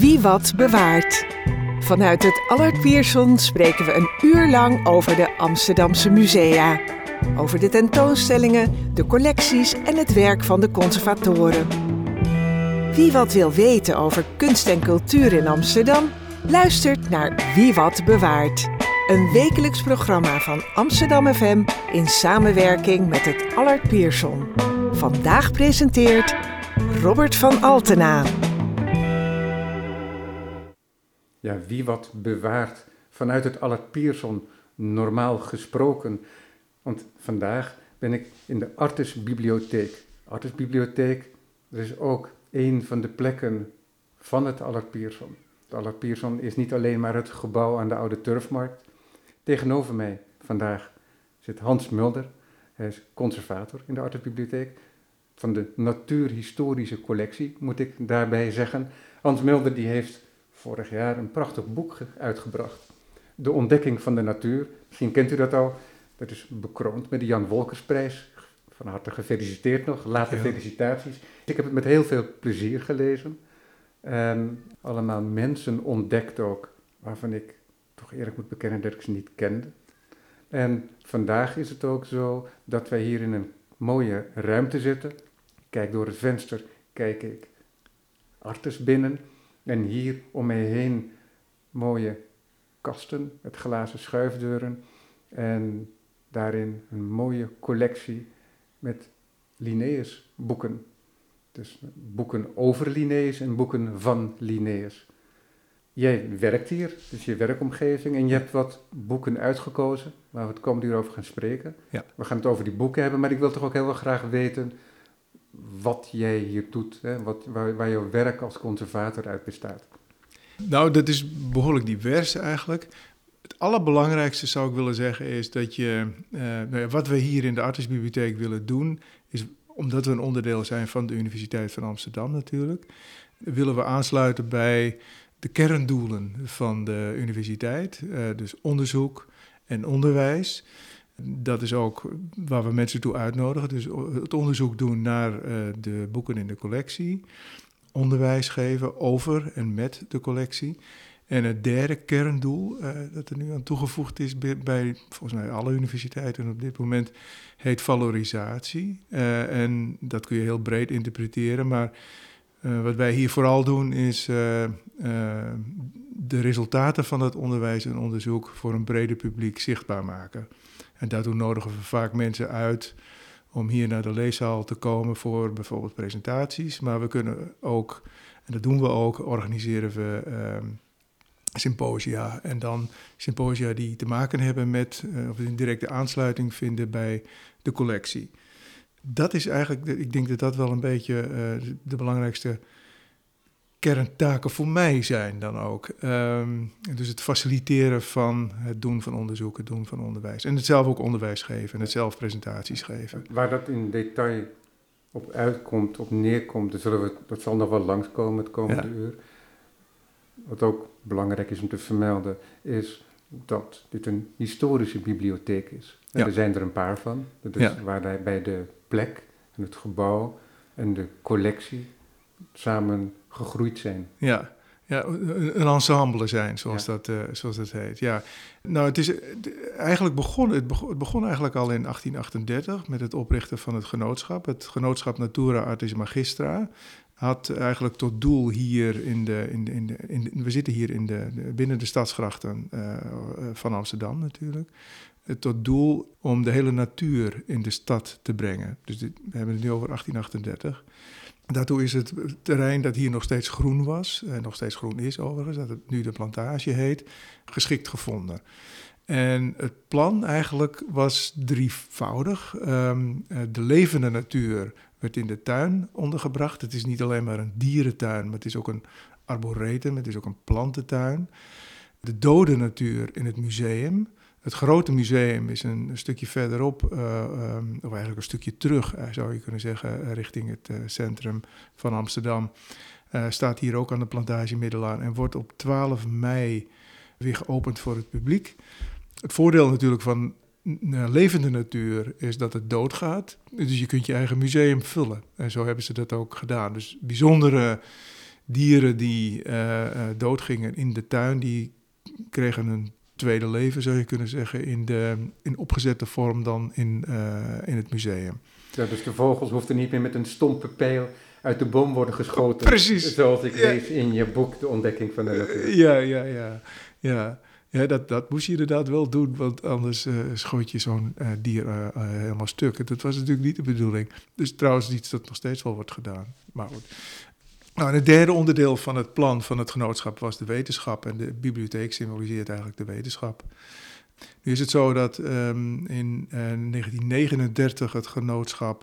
Wie wat bewaart. Vanuit het Allard Pierson spreken we een uur lang over de Amsterdamse musea. Over de tentoonstellingen, de collecties en het werk van de conservatoren. Wie wat wil weten over kunst en cultuur in Amsterdam, luistert naar Wie wat bewaart. Een wekelijks programma van Amsterdam FM in samenwerking met het Allard Pierson. Vandaag presenteert Robert van Altena. Ja, wie wat bewaart vanuit het Allard Pierson, normaal gesproken. Want vandaag ben ik in de Artesbibliotheek. Artesbibliotheek, dat is ook een van de plekken van het Allard Pierson. Het Allard Pierson is niet alleen maar het gebouw aan de Oude Turfmarkt. Tegenover mij vandaag zit Hans Mulder. Hij is conservator in de Artesbibliotheek. Van de natuurhistorische collectie, moet ik daarbij zeggen. Hans Mulder die heeft vorig jaar een prachtig boek uitgebracht. De ontdekking van de natuur. Misschien kent u dat al. Dat is bekroond met de Jan Wolkersprijs. Van harte gefeliciteerd nog. Late felicitaties. Ik heb het met heel veel plezier gelezen. En allemaal mensen ontdekt ook, waarvan ik toch eerlijk moet bekennen dat ik ze niet kende. En vandaag is het ook zo dat wij hier in een mooie ruimte zitten. Kijk door het venster, kijk ik Artes binnen. En hier om mij heen mooie kasten met glazen schuifdeuren. En daarin een mooie collectie met Linnaeus boeken. Dus boeken over Linnaeus en boeken van Linnaeus. Jij werkt hier, dus je werkomgeving, en je hebt wat boeken uitgekozen waar we het komende uur over gaan spreken. Ja. We gaan het over die boeken hebben, maar ik wil toch ook heel erg graag weten wat jij hier doet, hè? Waar jouw werk als conservator uit bestaat. Nou, dat is behoorlijk divers eigenlijk. Het allerbelangrijkste zou ik willen zeggen is dat wat we hier in de Artesbibliotheek willen doen, is omdat we een onderdeel zijn van de Universiteit van Amsterdam natuurlijk, willen we aansluiten bij de kerndoelen van de universiteit, dus onderzoek en onderwijs. Dat is ook waar we mensen toe uitnodigen. Dus het onderzoek doen naar de boeken in de collectie. Onderwijs geven over en met de collectie. En het derde kerndoel dat er nu aan toegevoegd is bij volgens mij alle universiteiten op dit moment heet valorisatie. En dat kun je heel breed interpreteren, maar wat wij hier vooral doen is de resultaten van dat onderwijs en onderzoek voor een breder publiek zichtbaar maken. En daartoe nodigen we vaak mensen uit om hier naar de leeszaal te komen voor bijvoorbeeld presentaties. Maar we kunnen ook, en dat doen we ook, organiseren we symposia. En dan symposia die te maken hebben met, of een directe aansluiting vinden bij de collectie. Dat is eigenlijk, ik denk dat dat wel een beetje de belangrijkste kerntaken voor mij zijn dan ook. Dus het faciliteren van het doen van onderzoek, het doen van onderwijs. En het zelf ook onderwijs geven en het zelf presentaties geven. Waar dat in detail op uitkomt, op neerkomt, dat zal nog wel langskomen het komende uur. Wat ook belangrijk is om te vermelden, is dat dit een historische bibliotheek is. En er zijn er een paar van. Dat is waar bij de plek en het gebouw en de collectie samen gegroeid zijn. Ja, een ensemble zijn, zoals dat heet. Ja. Nou, het is eigenlijk het begon eigenlijk al in 1838 met het oprichten van het genootschap. Het genootschap Natura Artis Magistra had eigenlijk tot doel hier we zitten hier binnen de stadsgrachten van Amsterdam natuurlijk. Tot doel om de hele natuur in de stad te brengen. Dus we hebben het nu over 1838. Daartoe is het terrein dat hier nog steeds groen was, nog steeds groen is overigens, dat het nu de plantage heet, geschikt gevonden. En het plan eigenlijk was drievoudig. De levende natuur werd in de tuin ondergebracht. Het is niet alleen maar een dierentuin, maar het is ook een arboretum, het is ook een plantentuin. De dode natuur in het museum. Het grote museum is een stukje verderop, of eigenlijk een stukje terug, zou je kunnen zeggen, richting het centrum van Amsterdam. Staat hier ook aan de plantage Middelaan en wordt op 12 mei weer geopend voor het publiek. Het voordeel natuurlijk van levende natuur is dat het doodgaat. Dus je kunt je eigen museum vullen. En zo hebben ze dat ook gedaan. Dus bijzondere dieren die doodgingen in de tuin, die kregen een tweede leven, zou je kunnen zeggen, in opgezette vorm dan in het museum. Ja, dus de vogels hoefden niet meer met een stompe pijl uit de boom worden geschoten. Precies. Zoals ik lees in je boek, De Ontdekking van de Natuur. Ja, dat moest je inderdaad wel doen, want anders schoot je zo'n dier helemaal stuk. Dat was natuurlijk niet de bedoeling. Dus trouwens iets dat nog steeds wel wordt gedaan. Maar goed. Nou, en het derde onderdeel van het plan van het genootschap was de wetenschap. En de bibliotheek symboliseert eigenlijk de wetenschap. Nu is het zo dat in 1939 het genootschap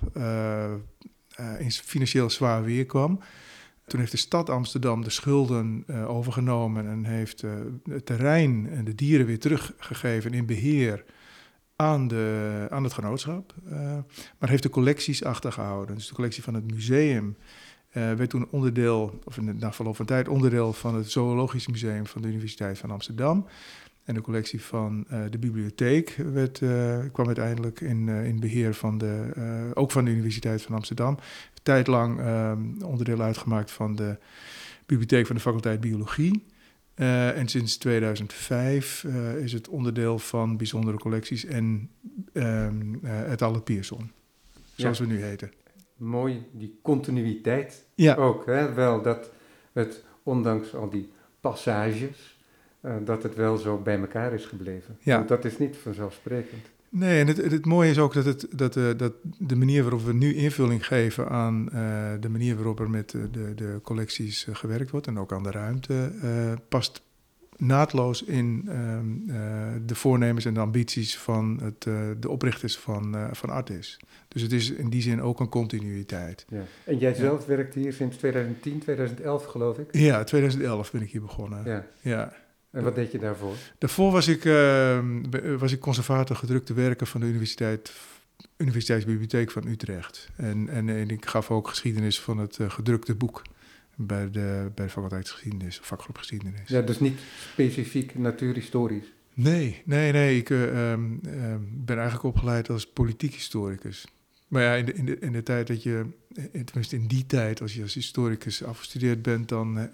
in financieel zwaar weer kwam. Toen heeft de stad Amsterdam de schulden overgenomen en heeft het terrein en de dieren weer teruggegeven in beheer aan het genootschap. Maar heeft de collecties achtergehouden. Dus de collectie van het museum werd toen onderdeel, of na verloop van tijd onderdeel van het Zoologisch Museum van de Universiteit van Amsterdam. En de collectie van de bibliotheek kwam uiteindelijk in beheer van ook van de Universiteit van Amsterdam. Tijdlang onderdeel uitgemaakt van de bibliotheek van de faculteit Biologie. En sinds 2005 is het onderdeel van bijzondere collecties en het Allert Pierson, zoals we nu heten. Mooi, die continuïteit Ja. ook. Hè? Wel dat het, ondanks al die passages, dat het wel zo bij elkaar is gebleven. Ja. Want dat is niet vanzelfsprekend. Nee, en het mooie is ook dat de manier waarop we nu invulling geven aan de manier waarop er met de collecties gewerkt wordt en ook aan de ruimte, past naadloos in de voornemens en de ambities van de oprichters van Artis. Dus het is in die zin ook een continuïteit. Ja. En jij zelf werkt hier sinds 2010, 2011 geloof ik? Ja, 2011 ben ik hier begonnen. Ja. En wat deed je daarvoor? Daarvoor was ik conservator gedrukte werken van de Universiteitsbibliotheek van Utrecht. En ik gaf ook geschiedenis van het gedrukte boek bij de faculteit geschiedenis, vakgroep geschiedenis. Ja, dus niet specifiek natuurhistorisch? Nee. Ik ben eigenlijk opgeleid als politiek historicus. Maar ja, in de tijd dat je, tenminste in die tijd, als je als historicus afgestudeerd bent, dan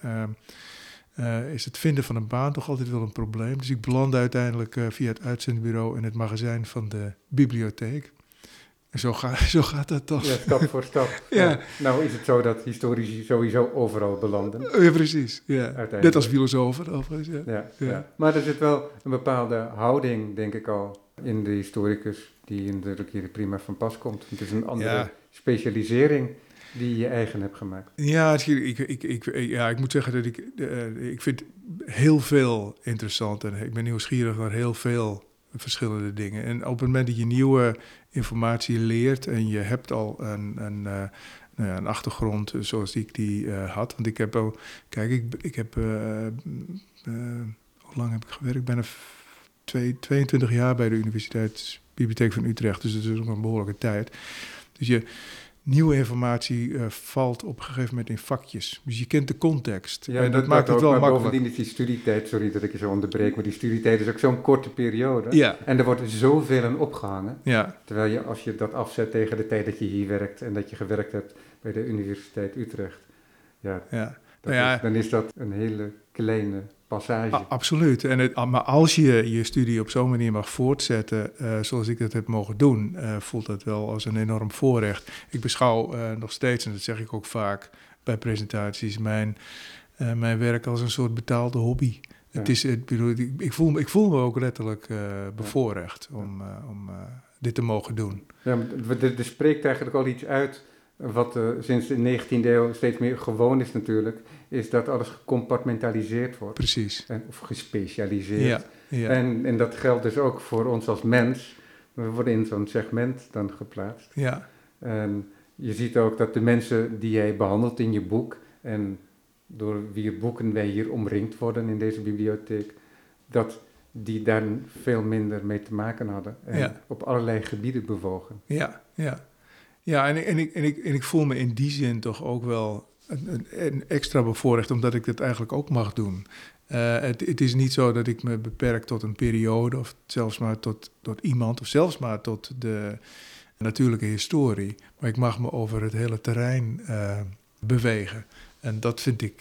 is het vinden van een baan toch altijd wel een probleem. Dus ik belandde uiteindelijk via het uitzendbureau in het magazijn van de bibliotheek. En zo gaat dat toch. Ja, stap voor stap. Ja. Nou is het zo dat historici sowieso overal belanden. Ja, precies. Ja. Net als filosofen overigens. Ja. Maar er zit wel een bepaalde houding, denk ik al, in de historicus die natuurlijk hier prima van pas komt. Het is een andere specialisering die je eigen hebt gemaakt. Ja, ik moet zeggen dat ik vind heel veel interessant en ik ben nieuwsgierig naar heel veel verschillende dingen. En op het moment dat je nieuwe informatie leert en je hebt al een achtergrond zoals ik die had. Want ik heb al, hoe lang heb ik gewerkt? Bijna 22 jaar bij de Universiteitsbibliotheek van Utrecht. Dus dat is ook een behoorlijke tijd. Dus nieuwe informatie valt op een gegeven moment in vakjes. Dus je kent de context. Ja, en dat maakt het wel maar makkelijk. Bovendien is die studietijd, sorry dat ik je zo onderbreek, maar die studietijd is ook zo'n korte periode. Ja. En er wordt zoveel aan opgehangen. Ja. Terwijl je, als je dat afzet tegen de tijd dat je hier werkt en dat je gewerkt hebt bij de Universiteit Utrecht, dan is dat een hele kleine passage. Absoluut. Maar als je je studie op zo'n manier mag voortzetten, zoals ik dat heb mogen doen, voelt dat wel als een enorm voorrecht. Ik beschouw nog steeds, en dat zeg ik ook vaak bij presentaties, mijn werk als een soort betaalde hobby. Ja. Ik voel me ook letterlijk bevoorrecht om dit te mogen doen. Ja, maar er spreekt eigenlijk al iets uit wat sinds de 19e eeuw steeds meer gewoon is natuurlijk, is dat alles gecompartmentaliseerd wordt. Precies. Of gespecialiseerd. Ja. En dat geldt dus ook voor ons als mens. We worden in zo'n segment dan geplaatst. Ja. En je ziet ook dat de mensen die jij behandelt in je boek en door wie boeken wij hier omringd worden in deze bibliotheek, dat die daar veel minder mee te maken hadden en op allerlei gebieden bewogen. Ja, en ik voel me in die zin toch ook wel een extra bevoorrecht, omdat ik dat eigenlijk ook mag doen. Het is niet zo dat ik me beperk tot een periode, of zelfs maar tot iemand, of zelfs maar tot de natuurlijke historie. Maar ik mag me over het hele terrein bewegen. En dat vind ik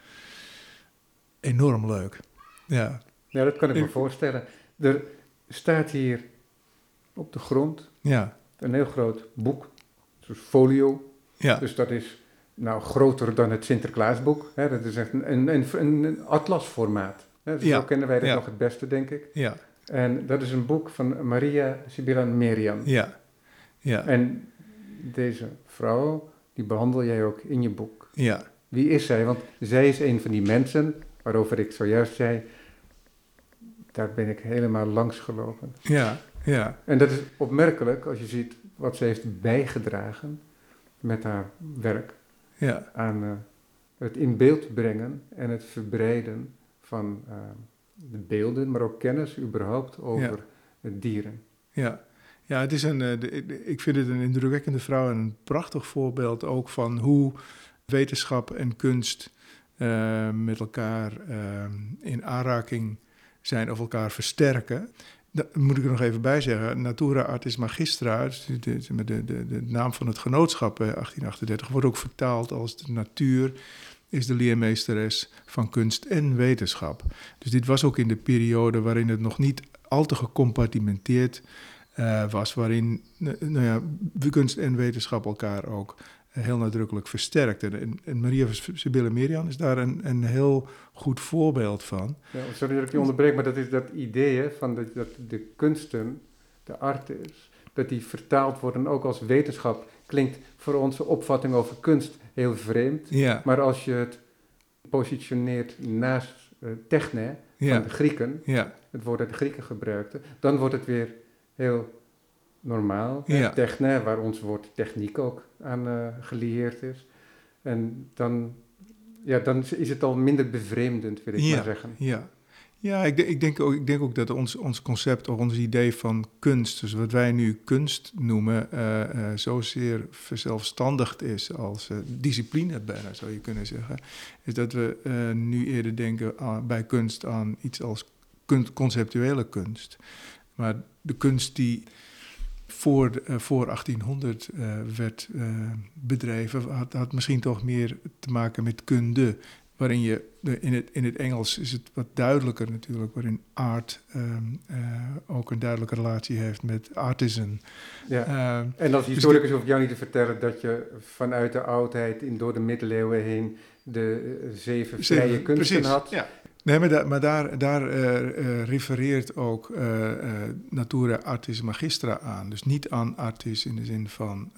enorm leuk. Ja. Ja, dat kan ik me voorstellen. Er staat hier op de grond een heel groot boek, zo'n folio. Ja. Dus dat is nou groter dan het Sinterklaasboek. Hè? Dat is echt een atlasformaat. Hè? Zo kennen wij dat nog het beste, denk ik. Ja. En dat is een boek van Maria Sibylla Merian. Ja. Ja. En deze vrouw, die behandel jij ook in je boek. Ja. Wie is zij? Want zij is een van die mensen, waarover ik zojuist zei, daar ben ik helemaal langs gelopen. Ja, ja. En dat is opmerkelijk als je ziet wat ze heeft bijgedragen met haar werk. Ja. Aan het in beeld brengen en het verbreiden van de beelden, maar ook kennis überhaupt over dieren. Ja. Ja, het is ik vind het een indrukwekkende vrouw en een prachtig voorbeeld ook van hoe wetenschap en kunst met elkaar in aanraking zijn of elkaar versterken. Dat moet ik er nog even bij zeggen. Natura Artis Magistra, dus de naam van het genootschap 1838, wordt ook vertaald als de natuur is de leermeesteres van kunst en wetenschap. Dus dit was ook in de periode waarin het nog niet al te gecompartimenteerd was, waarin kunst en wetenschap elkaar ook heel nadrukkelijk versterkten. En Maria Sibylla Merian is daar een heel goed voorbeeld van. Ja, sorry dat ik je onderbreek, maar dat is dat idee hè, van dat de kunsten, de artes, dat die vertaald worden ook als wetenschap. Klinkt voor onze opvatting over kunst heel vreemd. Ja. Maar als je het positioneert naast techne van de Grieken, het woord dat de Grieken gebruikten, dan wordt het weer heel normaal. Ja. Techne, waar ons woord techniek ook aan gelieerd is. En dan is het al minder bevreemdend, wil ik maar zeggen. Ja. Ja, ik denk ook dat ons concept of ons idee van kunst, dus wat wij nu kunst noemen, zozeer verzelfstandigd is als discipline bijna, zou je kunnen zeggen. Is dat we nu eerder denken bij kunst aan iets als conceptuele kunst. Maar de kunst die voor 1800 werd bedreven, had misschien toch meer te maken met kunde. Waarin je, in het Engels is het wat duidelijker natuurlijk, waarin art ook een duidelijke relatie heeft met artisan. Ja. En als historicus hoef ik jou niet te vertellen dat je vanuit de oudheid door de middeleeuwen heen de 7 vrije kunsten had. Ja. Nee, maar daar refereert ook Natura Artis Magistra aan. Dus niet aan artis in de zin van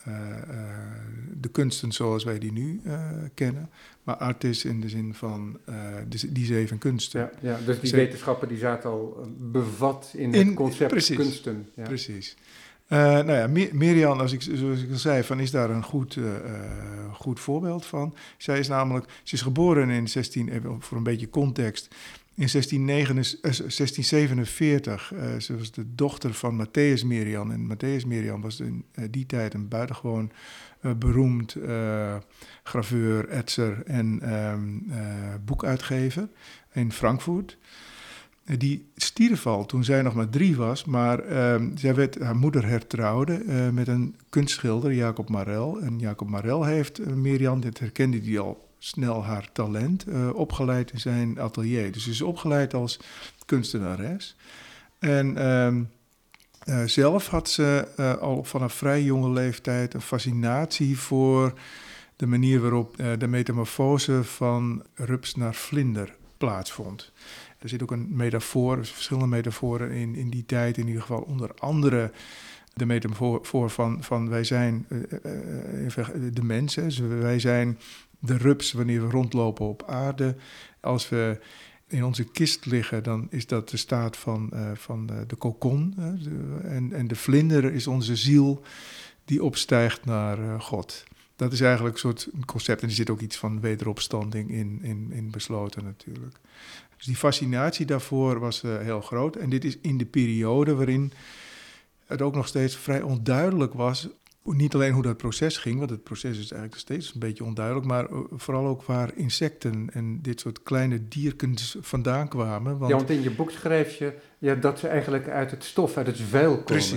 de kunsten zoals wij die nu kennen, maar artis in de zin van die 7 kunsten. Ja, dus die wetenschappen die zaten al bevat in het concept kunsten. Ja. Precies. Merian, zoals ik al zei, is daar een goed voorbeeld van. Ze is geboren in voor een beetje context, in 1647. Ze was de dochter van Matthäus Merian. En Matthäus Merian was in die tijd een buitengewoon beroemd graveur, etser en boekuitgever in Frankfurt. Die stierf al toen zij nog maar 3 was, maar haar moeder hertrouwde met een kunstschilder, Jacob Marel. En Jacob Marel heeft Merian, dit herkende hij al snel, haar talent, opgeleid in zijn atelier. Dus ze is opgeleid als kunstenares. En zelf had ze al vanaf vrij jonge leeftijd een fascinatie voor de manier waarop de metamorfose van rups naar vlinder plaatsvond. Er zit ook een metafoor, dus verschillende metaforen in die tijd, in ieder geval onder andere de metafoor van wij zijn de mensen, dus wij zijn de rups wanneer we rondlopen op aarde. Als we in onze kist liggen, dan is dat de staat van de kokon. En de vlinder is onze ziel die opstijgt naar God. Dat is eigenlijk een soort concept. En er zit ook iets van wederopstanding in besloten natuurlijk. Dus die fascinatie daarvoor was heel groot. En dit is in de periode waarin het ook nog steeds vrij onduidelijk was, niet alleen hoe dat proces ging, want het proces is eigenlijk steeds een beetje onduidelijk, maar vooral ook waar insecten en dit soort kleine diertjes vandaan kwamen. Want in je boek schrijf je dat ze eigenlijk uit het stof, uit het vuil komen.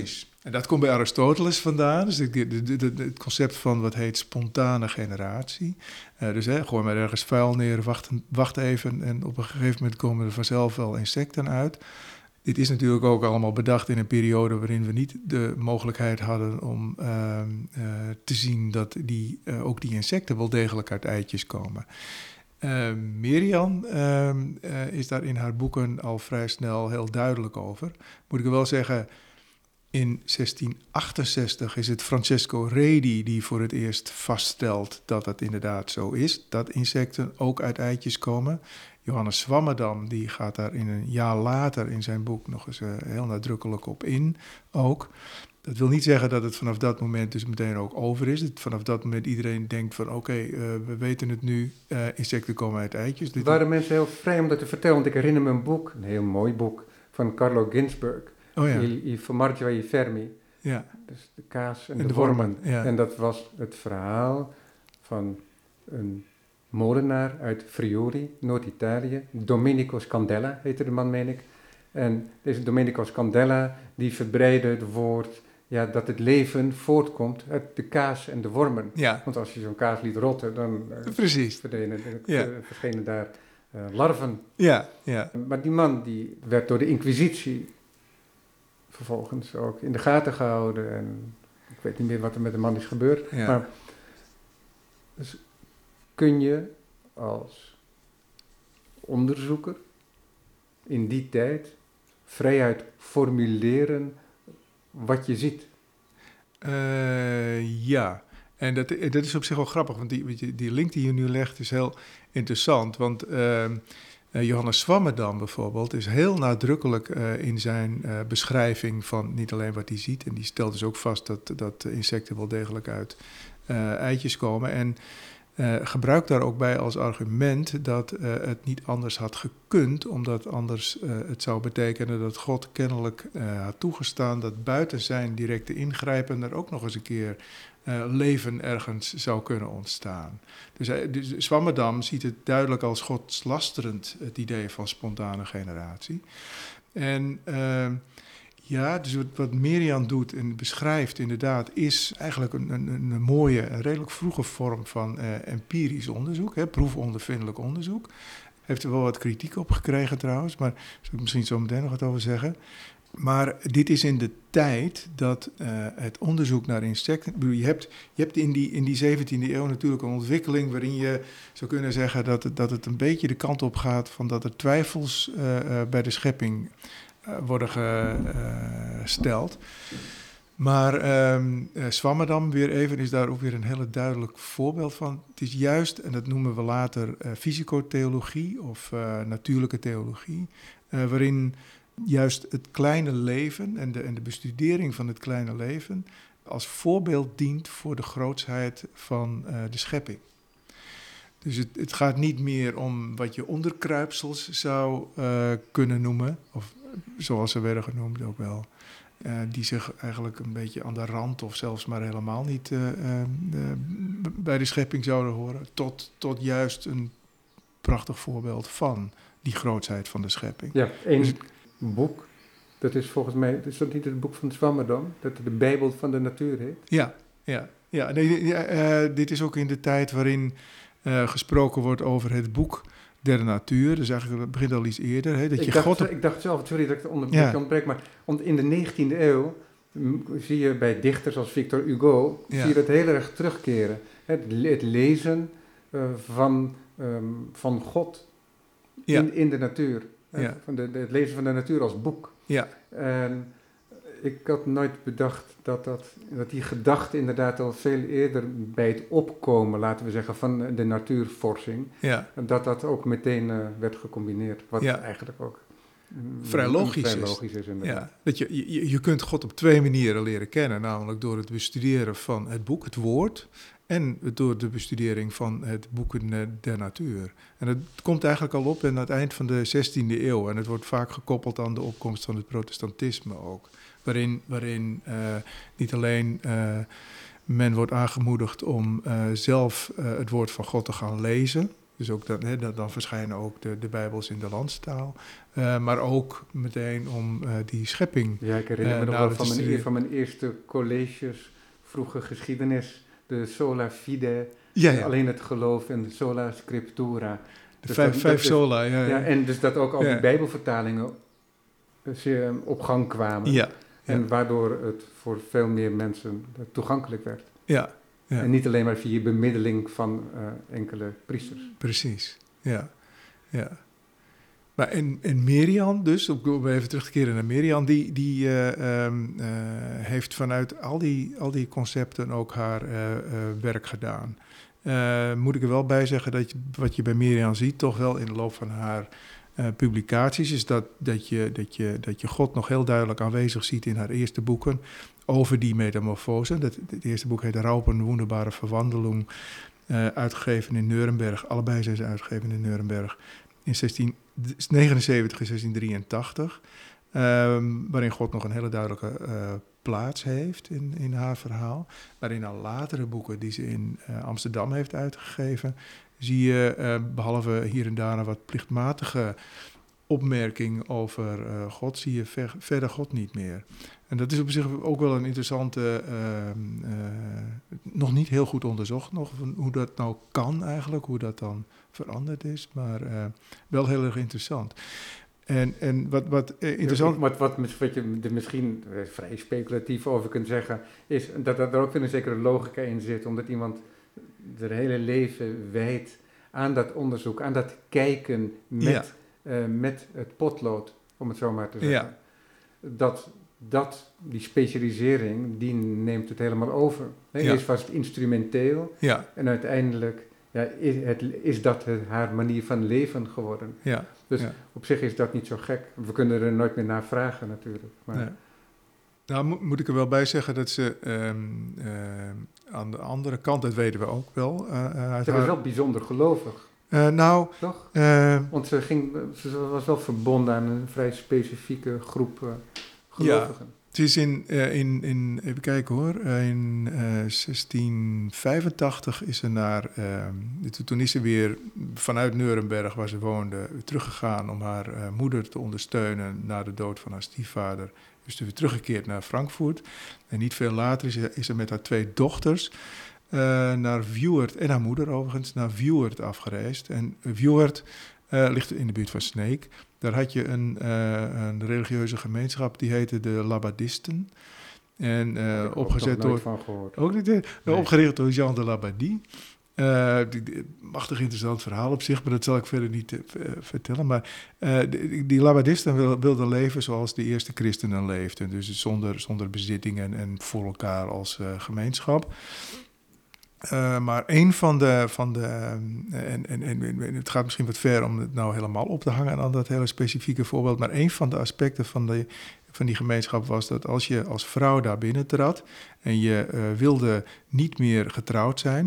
En dat komt bij Aristoteles vandaan. Dus het concept van wat heet spontane generatie. Dus gooi maar ergens vuil neer, wacht even en op een gegeven moment komen er vanzelf wel insecten uit. Dit is natuurlijk ook allemaal bedacht in een periode waarin we niet de mogelijkheid hadden om te zien dat ook die insecten wel degelijk uit eitjes komen. Mirjam is daar in haar boeken al vrij snel heel duidelijk over. Moet ik wel zeggen, in 1668 is het Francesco Redi die voor het eerst vaststelt dat het inderdaad zo is, dat insecten ook uit eitjes komen. Johannes Swammerdam die gaat daar in een jaar later in zijn boek nog eens heel nadrukkelijk op in ook. Dat wil niet zeggen dat het vanaf dat moment dus meteen ook over is. Dat vanaf dat moment iedereen denkt van oké, we weten het nu, insecten komen uit eitjes. Er waren mensen heel vrij om dat te vertellen, want ik herinner me een boek, een heel mooi boek, van Carlo Ginzburg. Oh ja. I formaggio ai vermi. Ja. Dus de kaas en de wormen. Ja. En dat was het verhaal van een molenaar uit Friuli, Noord-Italië. Domenico Scandella heette de man, meen ik. En deze Domenico Scandella, die verbreidde het woord dat het leven voortkomt uit de kaas en de wormen. Ja. Want als je zo'n kaas liet rotten, dan verschenen daar larven. Ja, ja. Maar die man die werd door de Inquisitie vervolgens ook in de gaten gehouden. En ik weet niet meer wat er met de man is gebeurd. Ja. Maar dus kun je als onderzoeker in die tijd vrijuit formuleren wat je ziet? Ja, en dat is op zich wel grappig, want die link die je nu legt is heel interessant. Want Johannes Swammerdam bijvoorbeeld is heel nadrukkelijk in zijn beschrijving van niet alleen wat hij ziet. En die stelt dus ook vast dat insecten wel degelijk uit eitjes komen. En gebruikt daar ook bij als argument dat het niet anders had gekund, omdat anders het zou betekenen dat God kennelijk had toegestaan dat buiten zijn directe ingrijpen er ook nog eens een keer leven ergens zou kunnen ontstaan. Dus Swammerdam ziet het duidelijk als godslasterend, het idee van spontane generatie. En dus wat Mirjam doet en beschrijft inderdaad is eigenlijk een mooie, een redelijk vroege vorm van empirisch onderzoek, proefondervindelijk onderzoek. Heeft er wel wat kritiek op gekregen trouwens, maar daar zal ik misschien zo meteen nog wat over zeggen. Maar dit is in de tijd dat het onderzoek naar insecten... Je hebt in die 17e eeuw natuurlijk een ontwikkeling waarin je zou kunnen zeggen dat het een beetje de kant op gaat van dat er twijfels bij de schepping worden gesteld. Maar Swammerdam weer even is daar ook weer een hele duidelijk voorbeeld van. Het is juist, en dat noemen we later fysicotheologie of natuurlijke theologie, waarin juist het kleine leven en de bestudering van het kleine leven als voorbeeld dient voor de grootsheid van de schepping. Dus het gaat niet meer om wat je onderkruipsels zou kunnen noemen, of zoals ze werden genoemd ook wel, die zich eigenlijk een beetje aan de rand of zelfs maar helemaal niet bij de schepping zouden horen, tot juist een prachtig voorbeeld van die grootsheid van de schepping. Ja, één boek, dat is volgens mij, is dat niet het boek van Swammerdam, dat de Bijbel van de natuur heet? Ja. Dit is ook in de tijd waarin gesproken wordt over het boek der natuur. Dus eigenlijk het begint al iets eerder. Hè, ik dacht zelf, sorry dat ik het ontbreek, maar in de 19e eeuw zie je bij dichters als Victor Hugo, zie je dat heel erg terugkeren. Het lezen van God in de natuur. Ja. Het lezen van de natuur als boek. Ja. En ik had nooit bedacht dat die gedachte inderdaad al veel eerder bij het opkomen, laten we zeggen, van de natuurforsching, dat ook meteen werd gecombineerd. Wat eigenlijk ook vrij logisch is. Inderdaad. Ja, dat je kunt God op twee manieren leren kennen, namelijk door het bestuderen van het boek, het woord, en door de bestudering van het boeken der natuur. En het komt eigenlijk al op aan het eind van de 16e eeuw. En het wordt vaak gekoppeld aan de opkomst van het protestantisme ook. Waarin niet alleen men wordt aangemoedigd om zelf het woord van God te gaan lezen. Dus ook dan verschijnen ook de Bijbels in de landstaal. Maar ook meteen om die schepping. Ja, ik herinner me nog wel van mijn eerste colleges, vroege geschiedenis, de sola fide, alleen het geloof en de sola scriptura. De dus vijf sola, ja. En dus dat ook al die Bijbelvertalingen zeer op gang kwamen. Ja. En waardoor het voor veel meer mensen toegankelijk werd. Ja. En niet alleen maar via bemiddeling van enkele priesters. Precies, ja. Maar en Merian dus, om even terug te keren naar Merian, die heeft vanuit al die concepten ook haar werk gedaan. Moet ik er wel bij zeggen dat wat je bij Merian ziet, toch wel in de loop van haar publicaties, is dat je God nog heel duidelijk aanwezig ziet in haar eerste boeken over die metamorfose. Het eerste boek heet Raupen, Wunderbare Verwandelung, uitgegeven in Nuremberg. Allebei zijn ze uitgegeven in Nuremberg in 1679 en 1683. Waarin God nog een hele duidelijke plaats heeft in haar verhaal. Maar in haar latere boeken die ze in Amsterdam heeft uitgegeven, zie je behalve hier en daar een wat plichtmatige opmerking over God, zie je verder God niet meer. En dat is op zich ook wel een interessante, nog niet heel goed onderzocht nog, hoe dat nou kan eigenlijk, hoe dat dan veranderd is, maar wel heel erg interessant. En wat interessant... Wat je er misschien vrij speculatief over kunt zeggen, is dat er ook weer een zekere logica in zit, omdat iemand zijn hele leven wijdt aan dat onderzoek, aan dat kijken met het potlood, om het zo maar te zeggen. Ja. Die specialisering, die neemt het helemaal over. Eerst was het instrumenteel en uiteindelijk is dat haar manier van leven geworden. Ja. Dus op zich is dat niet zo gek. We kunnen er nooit meer naar vragen natuurlijk. Maar... Ja. Nou, moet ik er wel bij zeggen dat ze aan de andere kant, dat weten we ook wel. Ze was wel bijzonder gelovig. Toch? Want ze was wel verbonden aan een vrij specifieke groep gelovigen. Het is even kijken hoor, in 1685 is ze toen is ze weer vanuit Nuremberg, waar ze woonde, teruggegaan om haar moeder te ondersteunen na de dood van haar stiefvader. Dus weer teruggekeerd naar Frankfurt. En niet veel later is ze met haar 2 dochters naar Vught, en haar moeder overigens, naar Vught afgereisd. En Vught ligt in de buurt van Sneek. Daar had je een religieuze gemeenschap, die heette de Labadisten. En opgezet door... van gehoord. Ook niet? Nee. Opgericht door Jean de Labadie. Machtig interessant verhaal op zich, maar dat zal ik verder niet vertellen. Maar die Labadisten wilden leven zoals de eerste christenen leefden. Dus zonder bezittingen en voor elkaar als gemeenschap. Maar een van de en het gaat misschien wat ver om het nou helemaal op te hangen aan dat hele specifieke voorbeeld, maar een van de aspecten van die gemeenschap was dat als je als vrouw daar binnen trad en je wilde niet meer getrouwd zijn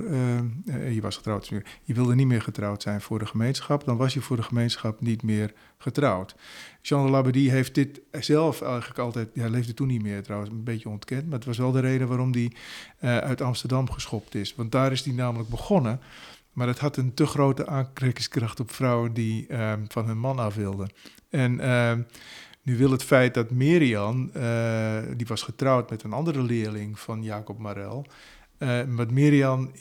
je wilde niet meer getrouwd zijn voor de gemeenschap, dan was je voor de gemeenschap niet meer getrouwd. Jean de Labadie heeft dit zelf eigenlijk altijd, hij leefde toen niet meer trouwens, een beetje ontkend, maar het was wel de reden waarom hij uit Amsterdam geschopt is. Want daar is hij namelijk begonnen, maar het had een te grote aantrekkingskracht op vrouwen die van hun man af wilden. En nu wil het feit dat Merian, die was getrouwd met een andere leerling van Jacob Marel, met Merian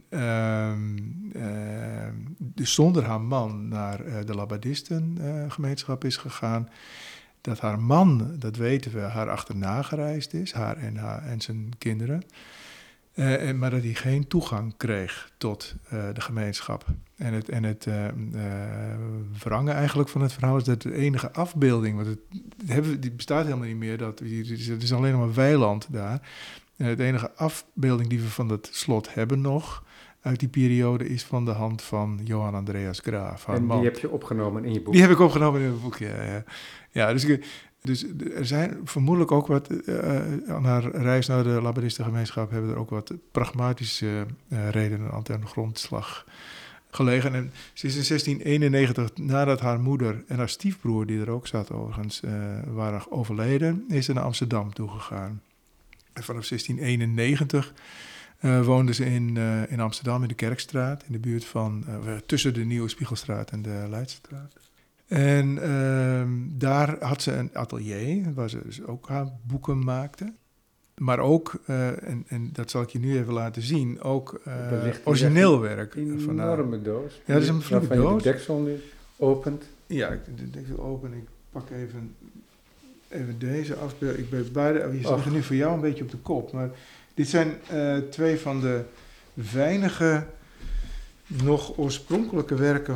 dus zonder haar man naar de Labadistengemeenschap is gegaan. Dat haar man, dat weten we, haar achterna gereisd is, haar en zijn kinderen. Maar dat hij geen toegang kreeg tot de gemeenschap. En het wrange eigenlijk van het verhaal is dat de enige afbeelding, want die bestaat helemaal niet meer, het is alleen maar weiland daar. De enige afbeelding die we van dat slot hebben nog uit die periode is van de hand van Johann Andreas Graaf. En die heb je opgenomen in je boek? Die heb ik opgenomen in mijn boek, ja. Dus er zijn vermoedelijk ook wat, aan haar reis naar de Labadistengemeenschap hebben er ook wat pragmatische redenen aan ten grondslag gelegen. En ze is in 1691, nadat haar moeder en haar stiefbroer, die er ook zat overigens, waren overleden, is ze naar Amsterdam toegegaan. En vanaf 1691 woonden ze in Amsterdam, in de Kerkstraat, in de buurt van, tussen de Nieuwe Spiegelstraat en de Leidsestraat. En daar had ze een atelier, waar ze dus ook haar boeken maakte. Maar ook, en dat zal ik je nu even laten zien, ook origineel werk. Een van haar. enorme doos. Ja, dat is een flinke waarvan doos. je de deksel nu opent. Ja, ik de deksel open. Ik pak even deze afbeelding. Ik ben beide, die liggen nu voor jou een beetje op de kop. Maar dit zijn twee van de weinige nog oorspronkelijke werken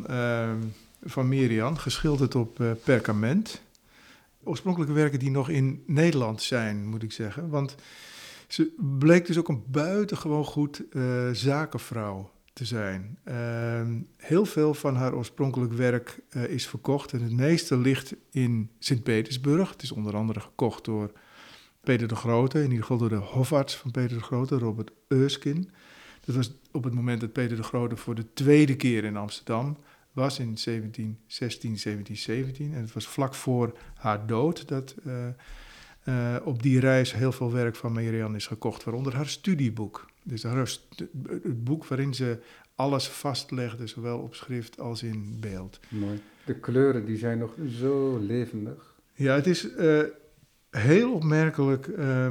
van Merian, geschilderd op perkament. Oorspronkelijke werken die nog in Nederland zijn, moet ik zeggen. Want ze bleek dus ook een buitengewoon goed zakenvrouw te zijn. Heel veel van haar oorspronkelijk werk is verkocht en het meeste ligt in Sint-Petersburg. Het is onder andere gekocht door Peter de Grote, in ieder geval door de hofarts van Peter de Grote, Robert Erskine. Dat was op het moment dat Peter de Grote voor de tweede keer in Amsterdam was, in 1716, 1717. En het was vlak voor haar dood dat op die reis heel veel werk van Merian is gekocht, waaronder haar studieboek. Dus het boek waarin ze alles vastlegde, zowel op schrift als in beeld. Mooi. De kleuren die zijn nog zo levendig. Ja, het is heel opmerkelijk.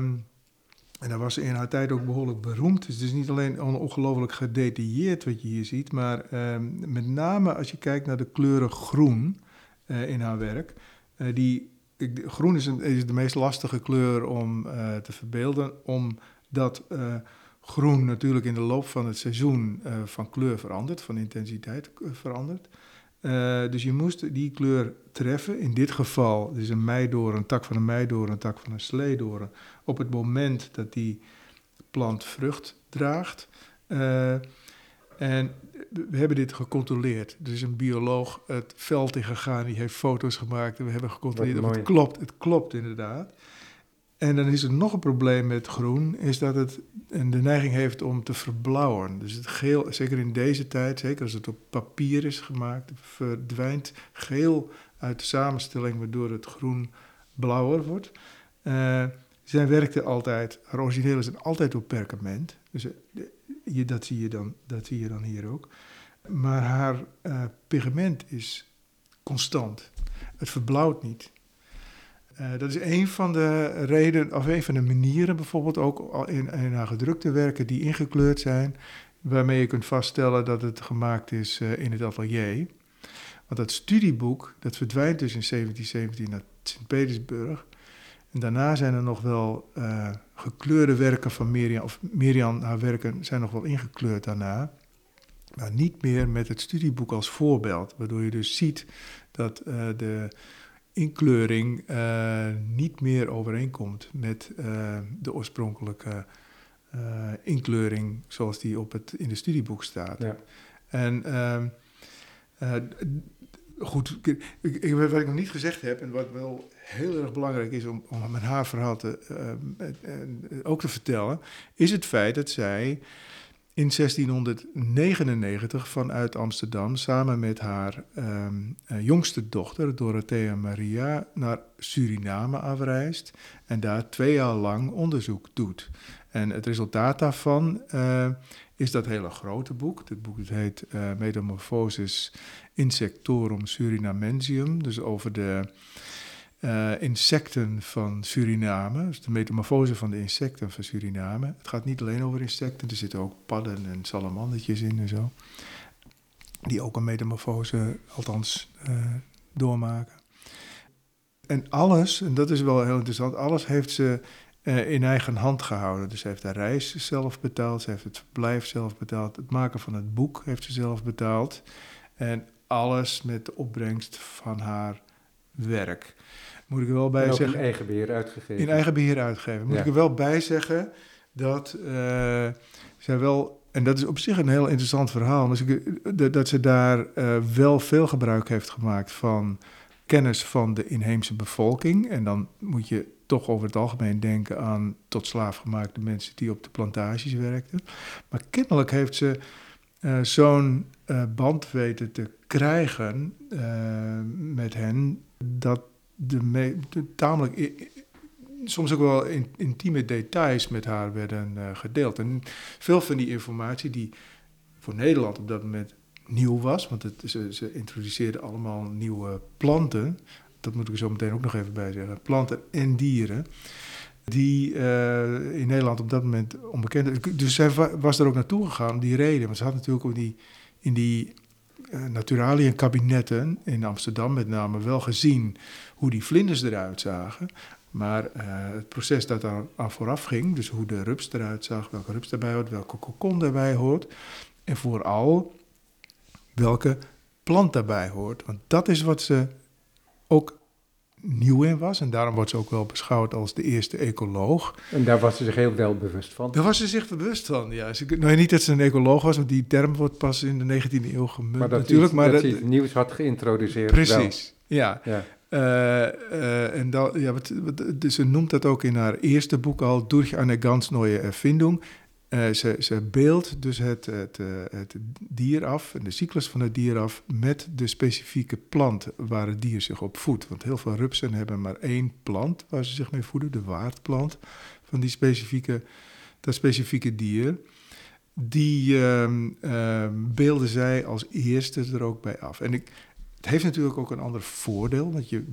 En daar was ze in haar tijd ook behoorlijk beroemd. Dus het is niet alleen ongelooflijk gedetailleerd wat je hier ziet, maar met name als je kijkt naar de kleuren groen in haar werk. Groen is de meest lastige kleur om te verbeelden, omdat groen natuurlijk in de loop van het seizoen van kleur verandert, van intensiteit verandert. Dus je moest die kleur treffen. In dit geval, dus een meidoorn, een tak van een meidoorn, een tak van een sleedoorn, op het moment dat die plant vrucht draagt. En we hebben dit gecontroleerd. Er is een bioloog het veld in gegaan, die heeft foto's gemaakt en we hebben gecontroleerd of het klopt. Het klopt inderdaad. En dan is er nog een probleem met groen, is dat het de neiging heeft om te verblauwen. Dus het geel, zeker in deze tijd, zeker als het op papier is gemaakt, verdwijnt geel uit de samenstelling, waardoor het groen blauwer wordt. Zij werkte altijd, haar originele zijn altijd op perkament. Dus dat zie je dan hier ook. Maar haar pigment is constant. Het verblauwt niet. Dat is een van de redenen, of een van de manieren bijvoorbeeld ook in haar gedrukte werken die ingekleurd zijn, waarmee je kunt vaststellen dat het gemaakt is in het atelier. Want dat studieboek, dat verdwijnt dus in 1717 naar Sint-Petersburg. En daarna zijn er nog wel gekleurde werken van Merian, of Merian, haar werken zijn nog wel ingekleurd daarna. Maar niet meer met het studieboek als voorbeeld, waardoor je dus ziet dat de inkleuring niet meer overeenkomt met de oorspronkelijke inkleuring zoals die in de studieboek staat. Ja. En goed, wat ik nog niet gezegd heb en wat wel heel erg belangrijk is om met haar verhaal ook te vertellen, is het feit dat zij in 1699 vanuit Amsterdam samen met haar jongste dochter, Dorothea Maria, naar Suriname afreist en daar 2 jaar lang onderzoek doet. En het resultaat daarvan is dat hele grote boek. Dit boek heet Metamorphosis Insectorum Surinamensium, dus over de insecten van Suriname, dus de metamorfose van de insecten van Suriname. Het gaat niet alleen over insecten, er zitten ook padden en salamandertjes in en zo, die ook een metamorfose althans doormaken. En alles, en dat is wel heel interessant, alles heeft ze in eigen hand gehouden. Dus ze heeft haar reis zelf betaald, ze heeft het verblijf zelf betaald, het maken van het boek heeft ze zelf betaald. En alles met de opbrengst van haar werk. Moet ik er wel bij zeggen. In eigen beheer uitgegeven. In eigen beheer uitgegeven. Moet ik er wel bij zeggen dat zij wel, en dat is op zich een heel interessant verhaal, dat ze daar wel veel gebruik heeft gemaakt van kennis van de inheemse bevolking. En dan moet je toch over het algemeen denken aan tot slaafgemaakte mensen die op de plantages werkten. Maar kennelijk heeft ze zo'n band weten te krijgen met hen, dat tamelijk soms ook wel intieme details met haar werden gedeeld. En veel van die informatie die voor Nederland op dat moment nieuw was, want ze introduceerden allemaal nieuwe planten. Dat moet ik er zo meteen ook nog even bij zeggen. Planten en dieren. Die in Nederland op dat moment onbekend. Dus zij was er ook naartoe gegaan om die reden. Want ze had natuurlijk ook in die naturaliënkabinetten in Amsterdam met name wel gezien hoe die vlinders eruit zagen. Maar het proces dat aan vooraf ging, dus hoe de rups eruit zag, welke rups daarbij hoort, welke kokon daarbij hoort. En vooral welke plant daarbij hoort. Want dat is wat ze ook nieuw in was. En daarom wordt ze ook wel beschouwd als de eerste ecoloog. En daar was ze zich heel wel bewust van. Daar was ze zich bewust van, ja. Niet dat ze een ecoloog was, want die term wordt pas in de 19e eeuw gemunt maar dat natuurlijk. Dat ze iets nieuws had geïntroduceerd. Precies, wel. Ja. Ja. Dus ze noemt dat ook in haar eerste boek al, Durch eine ganz neue Erfindung. Ze beeldt dus het dier af, en de cyclus van het dier af, met de specifieke plant waar het dier zich op voedt. Want heel veel rupsen hebben maar één plant waar ze zich mee voeden, de waardplant van dat specifieke dier. Die beelden zij als eerste er ook bij af. En het heeft natuurlijk ook een ander voordeel, want je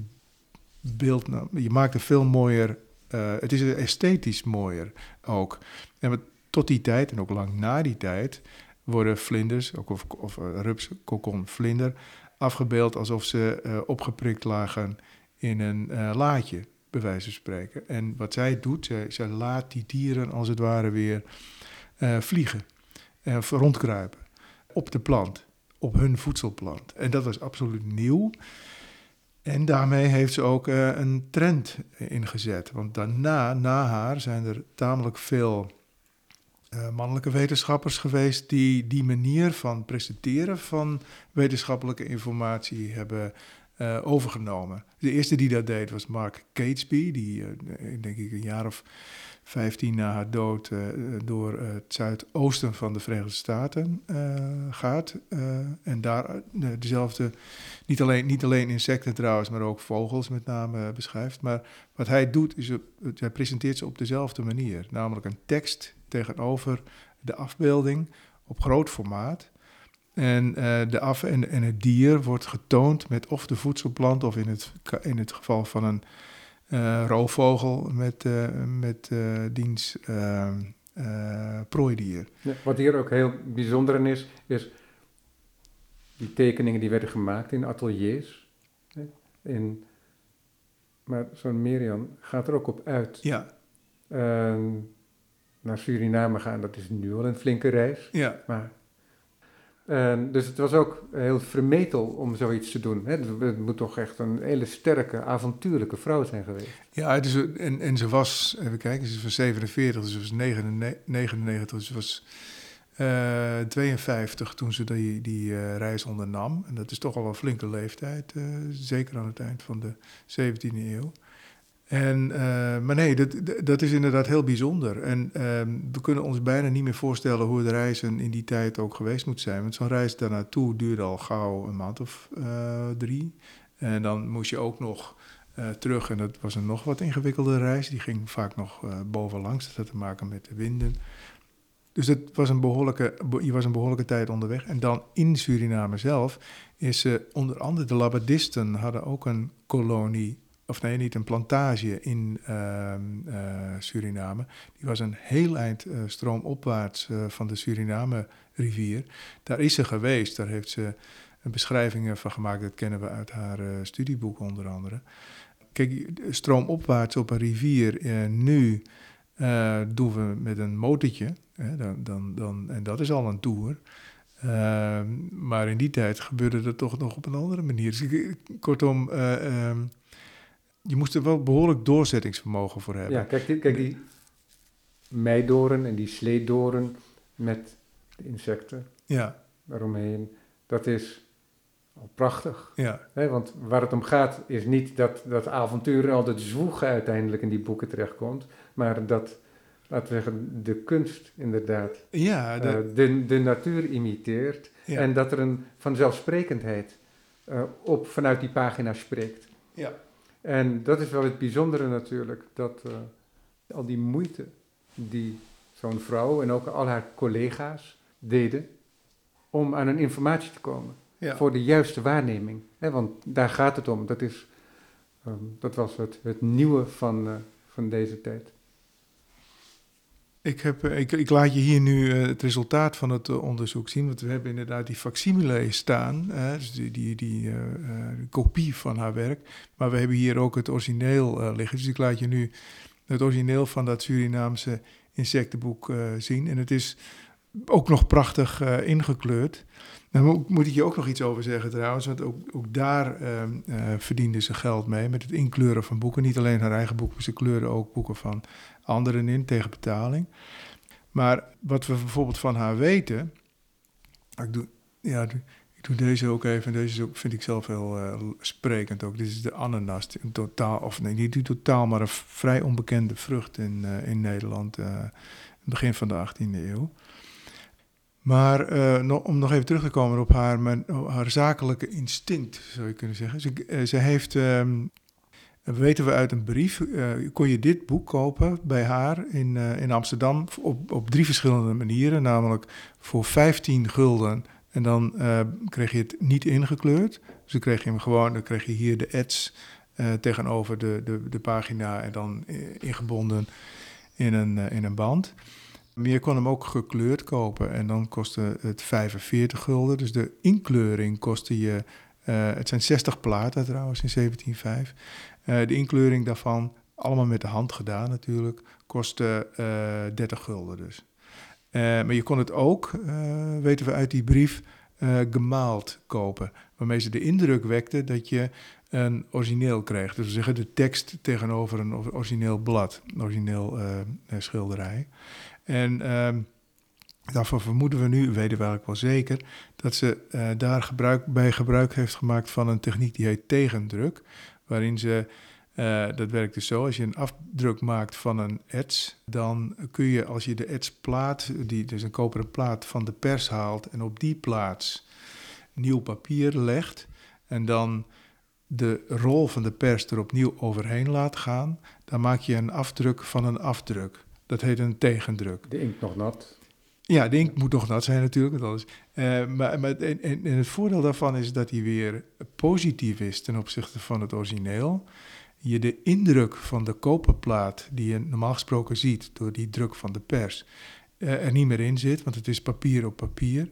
maakt het veel mooier, het is esthetisch mooier ook. En tot die tijd, en ook lang na die tijd, worden vlinders, ook of rups, kokon, vlinder, afgebeeld alsof ze opgeprikt lagen in een laadje, bij wijze van spreken. En wat zij doet, zij laat die dieren als het ware weer vliegen, rondkruipen, op de plant, op hun voedselplant. En dat was absoluut nieuw. En daarmee heeft ze ook een trend ingezet. Want daarna, na haar, zijn er tamelijk veel mannelijke wetenschappers geweest die manier van presenteren van wetenschappelijke informatie hebben overgenomen. De eerste die dat deed was Mark Catesby, die denk ik een jaar of 15 na haar dood door het zuidoosten van de Verenigde Staten gaat. En daar dezelfde, niet alleen insecten trouwens, maar ook vogels met name beschrijft. Maar wat hij doet, is hij presenteert ze op dezelfde manier. Namelijk een tekst tegenover de afbeelding op groot formaat. En en het dier wordt getoond met of de voedselplant of in het geval van een roofvogel met diens prooidier. Ja, wat hier ook heel bijzonder in is die tekeningen die werden gemaakt in ateliers. Maar zo'n Merian gaat er ook op uit. Ja. Naar Suriname gaan, dat is nu al een flinke reis. Ja. Maar, dus het was ook heel vermetel om zoiets te doen. Hè? Het moet toch echt een hele sterke, avontuurlijke vrouw zijn geweest. Ja, en ze was, even kijken, ze was 47, dus ze was 99, dus ze was 52 toen ze die reis ondernam. En dat is toch al een flinke leeftijd, zeker aan het eind van de 17e eeuw. Maar nee, dat is inderdaad heel bijzonder. En we kunnen ons bijna niet meer voorstellen hoe de reizen in die tijd ook geweest moet zijn. Want zo'n reis daar naartoe duurde al gauw een maand of 3. En dan moest je ook nog terug. En dat was een nog wat ingewikkelde reis. Die ging vaak nog bovenlangs. Dat had te maken met de winden. Dus je was een behoorlijke tijd onderweg. En dan in Suriname zelf is onder andere de Labadisten hadden ook een kolonie. Of nee, niet een plantage in Suriname. Die was een heel eind stroomopwaarts van de Suriname-rivier. Daar is ze geweest. Daar heeft ze beschrijvingen van gemaakt. Dat kennen we uit haar studieboek onder andere. Kijk, stroomopwaarts op een rivier. Nu doen we met een motortje. En dat is al een tour. Maar in die tijd gebeurde dat toch nog op een andere manier. Dus kortom... je moest er wel behoorlijk doorzettingsvermogen voor hebben. Ja, kijk die meidoren en die sleedoren met de insecten daaromheen. Dat is al prachtig. Ja. Want waar het om gaat is niet dat avontuur en altijd zwoegen uiteindelijk in die boeken terechtkomt. Maar dat, laten we zeggen, de kunst inderdaad de natuur imiteert. Ja. En dat er een vanzelfsprekendheid vanuit die pagina spreekt. Ja. En dat is wel het bijzondere natuurlijk, dat al die moeite die zo'n vrouw en ook al haar collega's deden om aan een informatie te komen. Ja. Voor de juiste waarneming. Want daar gaat het om. Dat was het nieuwe van deze tijd. Ik laat je hier nu het resultaat van het onderzoek zien. Want we hebben inderdaad die facsimile staan. Dus die kopie van haar werk. Maar we hebben hier ook het origineel liggen. Dus ik laat je nu het origineel van dat Surinaamse insectenboek zien. En het is ook nog prachtig ingekleurd. Daar moet ik je ook nog iets over zeggen trouwens. Want ook daar verdiende ze geld mee met het inkleuren van boeken. Niet alleen haar eigen boeken, ze kleurde ook boeken van anderen in tegen betaling. Maar wat we bijvoorbeeld van haar weten... Ik doe deze ook even. En deze vind ik zelf heel sprekend ook. Dit is de ananas. Niet totaal, maar een vrij onbekende vrucht in Nederland. Begin van de 18e eeuw. Maar om nog even terug te komen op haar zakelijke instinct, zou je kunnen zeggen. Ze heeft, weten we uit een brief, kon je dit boek kopen bij haar in Amsterdam op 3 verschillende manieren. Namelijk voor 15 gulden en dan kreeg je het niet ingekleurd. Dus dan kreeg je hem gewoon, dan kreeg je hier de ads tegenover de pagina en dan ingebonden in een band. Maar je kon hem ook gekleurd kopen en dan kostte het 45 gulden. Dus de inkleuring kostte je, het zijn 60 platen trouwens in 1705. De inkleuring daarvan, allemaal met de hand gedaan natuurlijk, kostte 30 gulden dus. Maar je kon het ook, weten we uit die brief, gemaald kopen. Waarmee ze de indruk wekte dat je een origineel kreeg. Dus we zeggen de tekst tegenover een origineel blad, een origineel schilderij. En daarvan vermoeden we nu, weten we eigenlijk wel zeker, dat ze daar gebruik heeft gemaakt van een techniek die heet tegendruk. Waarin ze, dat werkt dus zo, als je een afdruk maakt van een ets, dan kun je als je de etsplaat, dus een koperen plaat van de pers haalt en op die plaats nieuw papier legt en dan de rol van de pers er opnieuw overheen laat gaan, dan maak je een afdruk van een afdruk. Dat heet een tegendruk. De inkt nog nat. Ja, de inkt moet nog nat zijn natuurlijk. Maar het voordeel daarvan is dat hij weer positief is ten opzichte van het origineel. Je de indruk van de koperplaat die je normaal gesproken ziet door die druk van de pers er niet meer in zit, want het is papier op papier.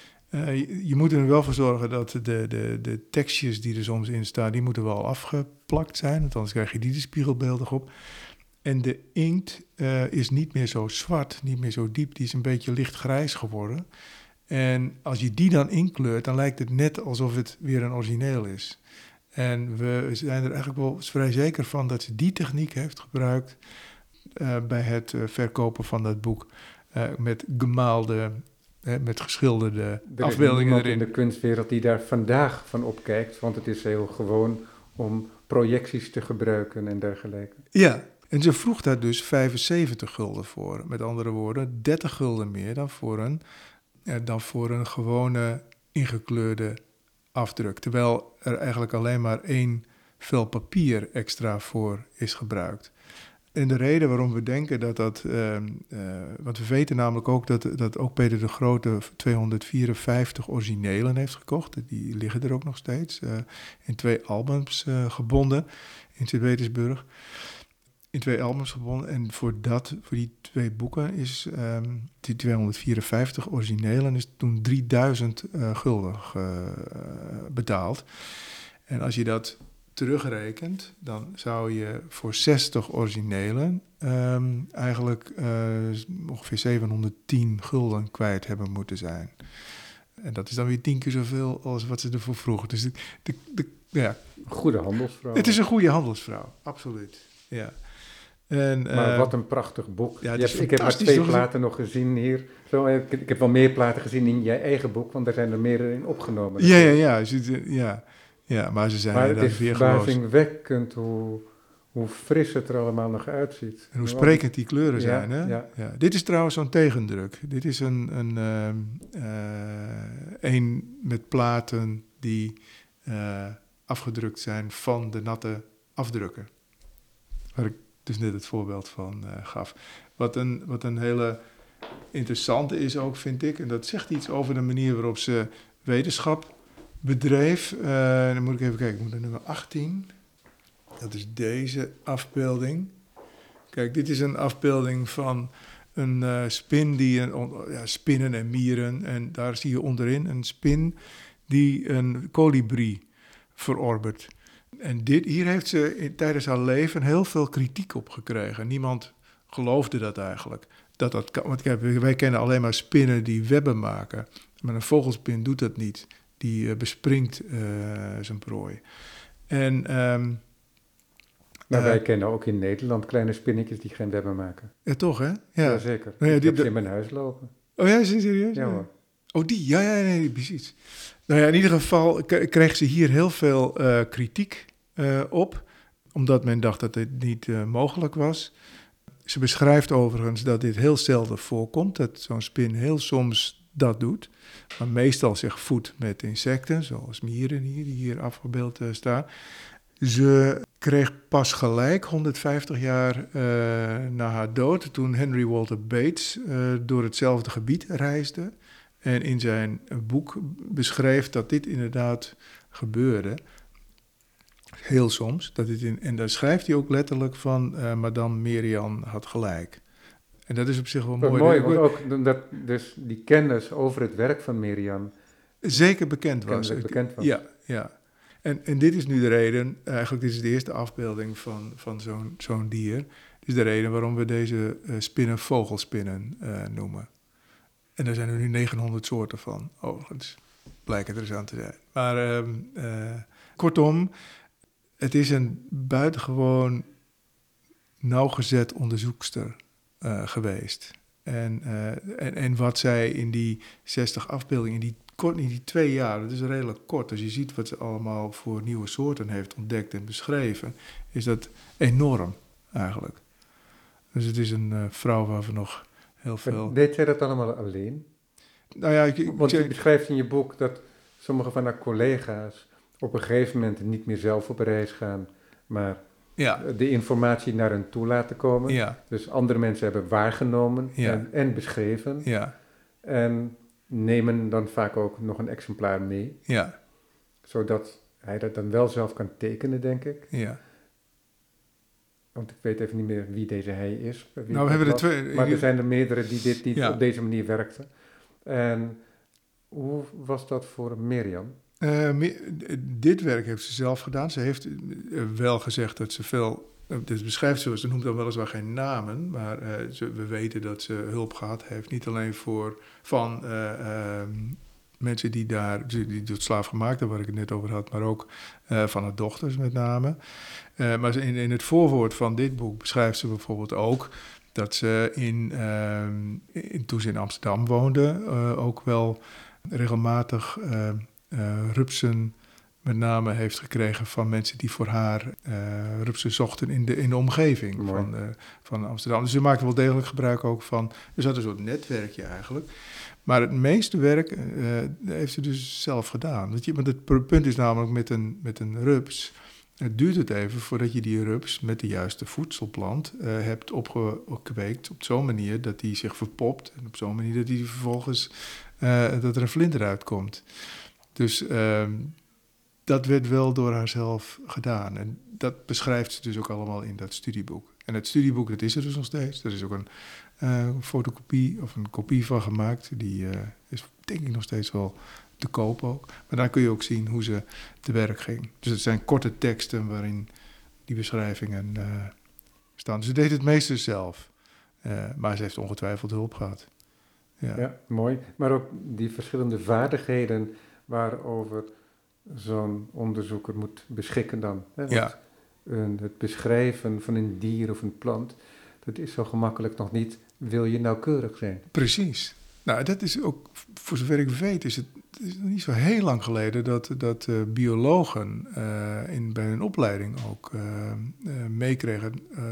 Je moet er wel voor zorgen dat de tekstjes die er soms in staan, die moeten wel afgeplakt zijn, want anders krijg je die spiegelbeeldig op. En de inkt is niet meer zo zwart, niet meer zo diep, die is een beetje lichtgrijs geworden. En als je die dan inkleurt, dan lijkt het net alsof het weer een origineel is. En we zijn er eigenlijk wel vrij zeker van dat ze die techniek heeft gebruikt bij het verkopen van dat boek met gemaalde, met geschilderde afbeeldingen erin. In de kunstwereld die daar vandaag van opkijkt, want het is heel gewoon om projecties te gebruiken en dergelijke. Ja, en ze vroeg daar dus 75 gulden voor. Met andere woorden, 30 gulden meer dan voor een gewone ingekleurde afdruk. Terwijl er eigenlijk alleen maar 1 vel papier extra voor is gebruikt. En de reden waarom we denken dat want we weten namelijk ook dat ook Peter de Grote 254 originelen heeft gekocht. Die liggen er ook nog steeds. In 2 albums gebonden in Sint-Petersburg. In 2 albums gebonden. En voor die 2 boeken is die 254 originelen is toen 3000 gulden betaald. En als je dat terugrekent, dan zou je voor 60 originelen eigenlijk ongeveer 710 gulden kwijt hebben moeten zijn. En dat is dan weer 10 keer zoveel als wat ze ervoor vroegen. Dus ja. Goede handelsvrouw. Het is een goede handelsvrouw, absoluut. Ja. Maar wat een prachtig boek. Ja, ik heb maar 2 platen nog gezien hier. Zo, ik heb wel meer platen gezien in je eigen boek, want daar zijn er meer in opgenomen. Ja, maar ze zijn maar het is verbazingwekkend hoe fris het er allemaal nog uitziet. En hoe sprekend die kleuren zijn. Hè? Ja. Ja. Dit is trouwens zo'n tegendruk. Dit is een met platen die afgedrukt zijn van de natte afdrukken. Waar ik dus net het voorbeeld van gaf. Wat een hele interessante is ook, vind ik. En dat zegt iets over de manier waarop ze wetenschap bedreef. Dan moet ik even kijken, ik moet naar nummer 18. Dat is deze afbeelding. Kijk, dit is een afbeelding van een spin spinnen en mieren. En daar zie je onderin een spin die een kolibrie verorbert. En hier heeft ze tijdens haar leven heel veel kritiek op gekregen. Niemand geloofde dat eigenlijk. Want wij kennen alleen maar spinnen die webben maken. Maar een vogelspin doet dat niet. Die bespringt zijn prooi. En... maar wij kennen ook in Nederland kleine spinnetjes die geen webben maken. Ja, toch hè? Ja. Jazeker. Nou ja, ik heb ze in mijn huis lopen. Oh ja, serieus? Ja hoor. Oh, die? Ja, nee, precies. Nou ja, in ieder geval kreeg ze hier heel veel kritiek op. Omdat men dacht dat dit niet mogelijk was. Ze beschrijft overigens dat dit heel zelden voorkomt. Dat zo'n spin heel soms dat doet. Maar meestal zich voedt met insecten, zoals mieren die hier afgebeeld staan. Ze kreeg pas gelijk 150 jaar na haar dood, toen Henry Walter Bates door hetzelfde gebied reisde en in zijn boek beschreef dat dit inderdaad gebeurde. Heel soms. En daar schrijft hij ook letterlijk van Madame Merian had gelijk. En dat is op zich wel mooi. Mooi, want ook dat dus die kennis over het werk van Merian zeker bekend was. Ja. En dit is nu de reden, eigenlijk dit is de eerste afbeelding van zo'n dier. Dit is de reden waarom we deze spinnen vogelspinnen noemen. En er zijn er nu 900 soorten van, overigens. Blijkt interessant te zijn. Maar kortom, het is een buitengewoon nauwgezet onderzoekster geweest. En wat zij in die 60 afbeeldingen, in die 2 jaar, dat is redelijk kort. Als je ziet wat ze allemaal voor nieuwe soorten heeft ontdekt en beschreven, is dat enorm eigenlijk. Dus het is een vrouw waar we nog heel veel... Deed jij dat allemaal alleen? Nou ja, want je beschrijft in je boek dat sommige van haar collega's op een gegeven moment niet meer zelf op reis gaan, maar de informatie naar hen toe laten komen. Ja. Dus andere mensen hebben waargenomen en beschreven. Ja. En nemen dan vaak ook nog een exemplaar mee. Ja. Zodat hij dat dan wel zelf kan tekenen, denk ik. Ja. Want ik weet even niet meer wie deze hij is. Nou, we hebben er 2. Maar er zijn er meerdere die dit niet op deze manier werkten. En hoe was dat voor Merian? Dit werk heeft ze zelf gedaan. Ze heeft wel gezegd dat ze veel... Dus beschrijft ze noemt dan weliswaar geen namen, maar we weten dat ze hulp gehad heeft. Niet alleen van mensen die tot slaaf gemaakt hebben, waar ik het net over had, maar ook van haar dochters met name. Maar in het voorwoord van dit boek beschrijft ze bijvoorbeeld ook dat ze toen ze in Amsterdam woonde ook wel regelmatig rupsen met name heeft gekregen van mensen die voor haar rupsen zochten in de omgeving van Amsterdam. Dus ze maakte wel degelijk gebruik ook van... Dus dat is een soort netwerkje eigenlijk. Maar het meeste werk heeft ze dus zelf gedaan. Want het punt is namelijk met een rups... Het duurt het even voordat je die rups met de juiste voedselplant hebt opgekweekt op zo'n manier dat die zich verpopt. En op zo'n manier dat die vervolgens dat er een vlinder uitkomt. Dus... dat werd wel door haarzelf gedaan. En dat beschrijft ze dus ook allemaal in dat studieboek. En het studieboek, dat is er dus nog steeds. Er is ook een fotocopie of een kopie van gemaakt. Die is denk ik nog steeds wel te koop ook. Maar daar kun je ook zien hoe ze te werk ging. Dus het zijn korte teksten waarin die beschrijvingen staan. Dus ze deed het meeste zelf. Maar ze heeft ongetwijfeld hulp gehad. Ja, mooi. Maar ook die verschillende vaardigheden waarover... zo'n onderzoeker moet beschikken dan. Hè? Want het beschrijven van een dier of een plant, dat is zo gemakkelijk nog niet, wil je nauwkeurig zijn. Precies. Nou, dat is ook, voor zover ik weet, is het nog niet zo heel lang geleden dat biologen bij hun opleiding ook meekregen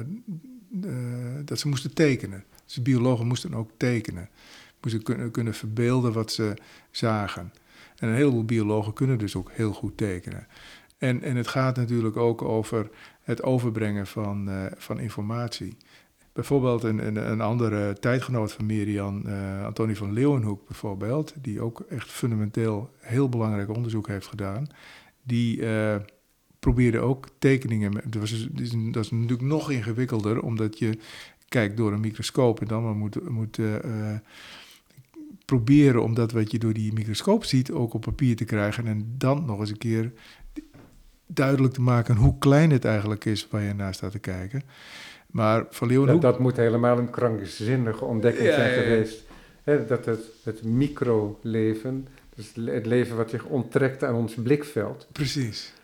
dat ze moesten tekenen. Dus biologen moesten ook tekenen. Moesten kunnen verbeelden wat ze zagen. En een heleboel biologen kunnen dus ook heel goed tekenen. En het gaat natuurlijk ook over het overbrengen van informatie. Bijvoorbeeld een andere tijdgenoot van Merian, Antonie van Leeuwenhoek bijvoorbeeld, die ook echt fundamenteel heel belangrijk onderzoek heeft gedaan, die probeerde ook tekeningen. Dat is natuurlijk nog ingewikkelder, omdat je kijkt door een microscoop en dan maar moet proberen om dat wat je door die microscoop ziet ook op papier te krijgen en dan nog eens een keer duidelijk te maken hoe klein het eigenlijk is waar je naar staat te kijken. Maar Van Leeuwenhoek... Dat moet helemaal een krankzinnige ontdekking zijn geweest. Hè, dat het microleven, dus het leven wat zich onttrekt aan ons blikveld. Precies.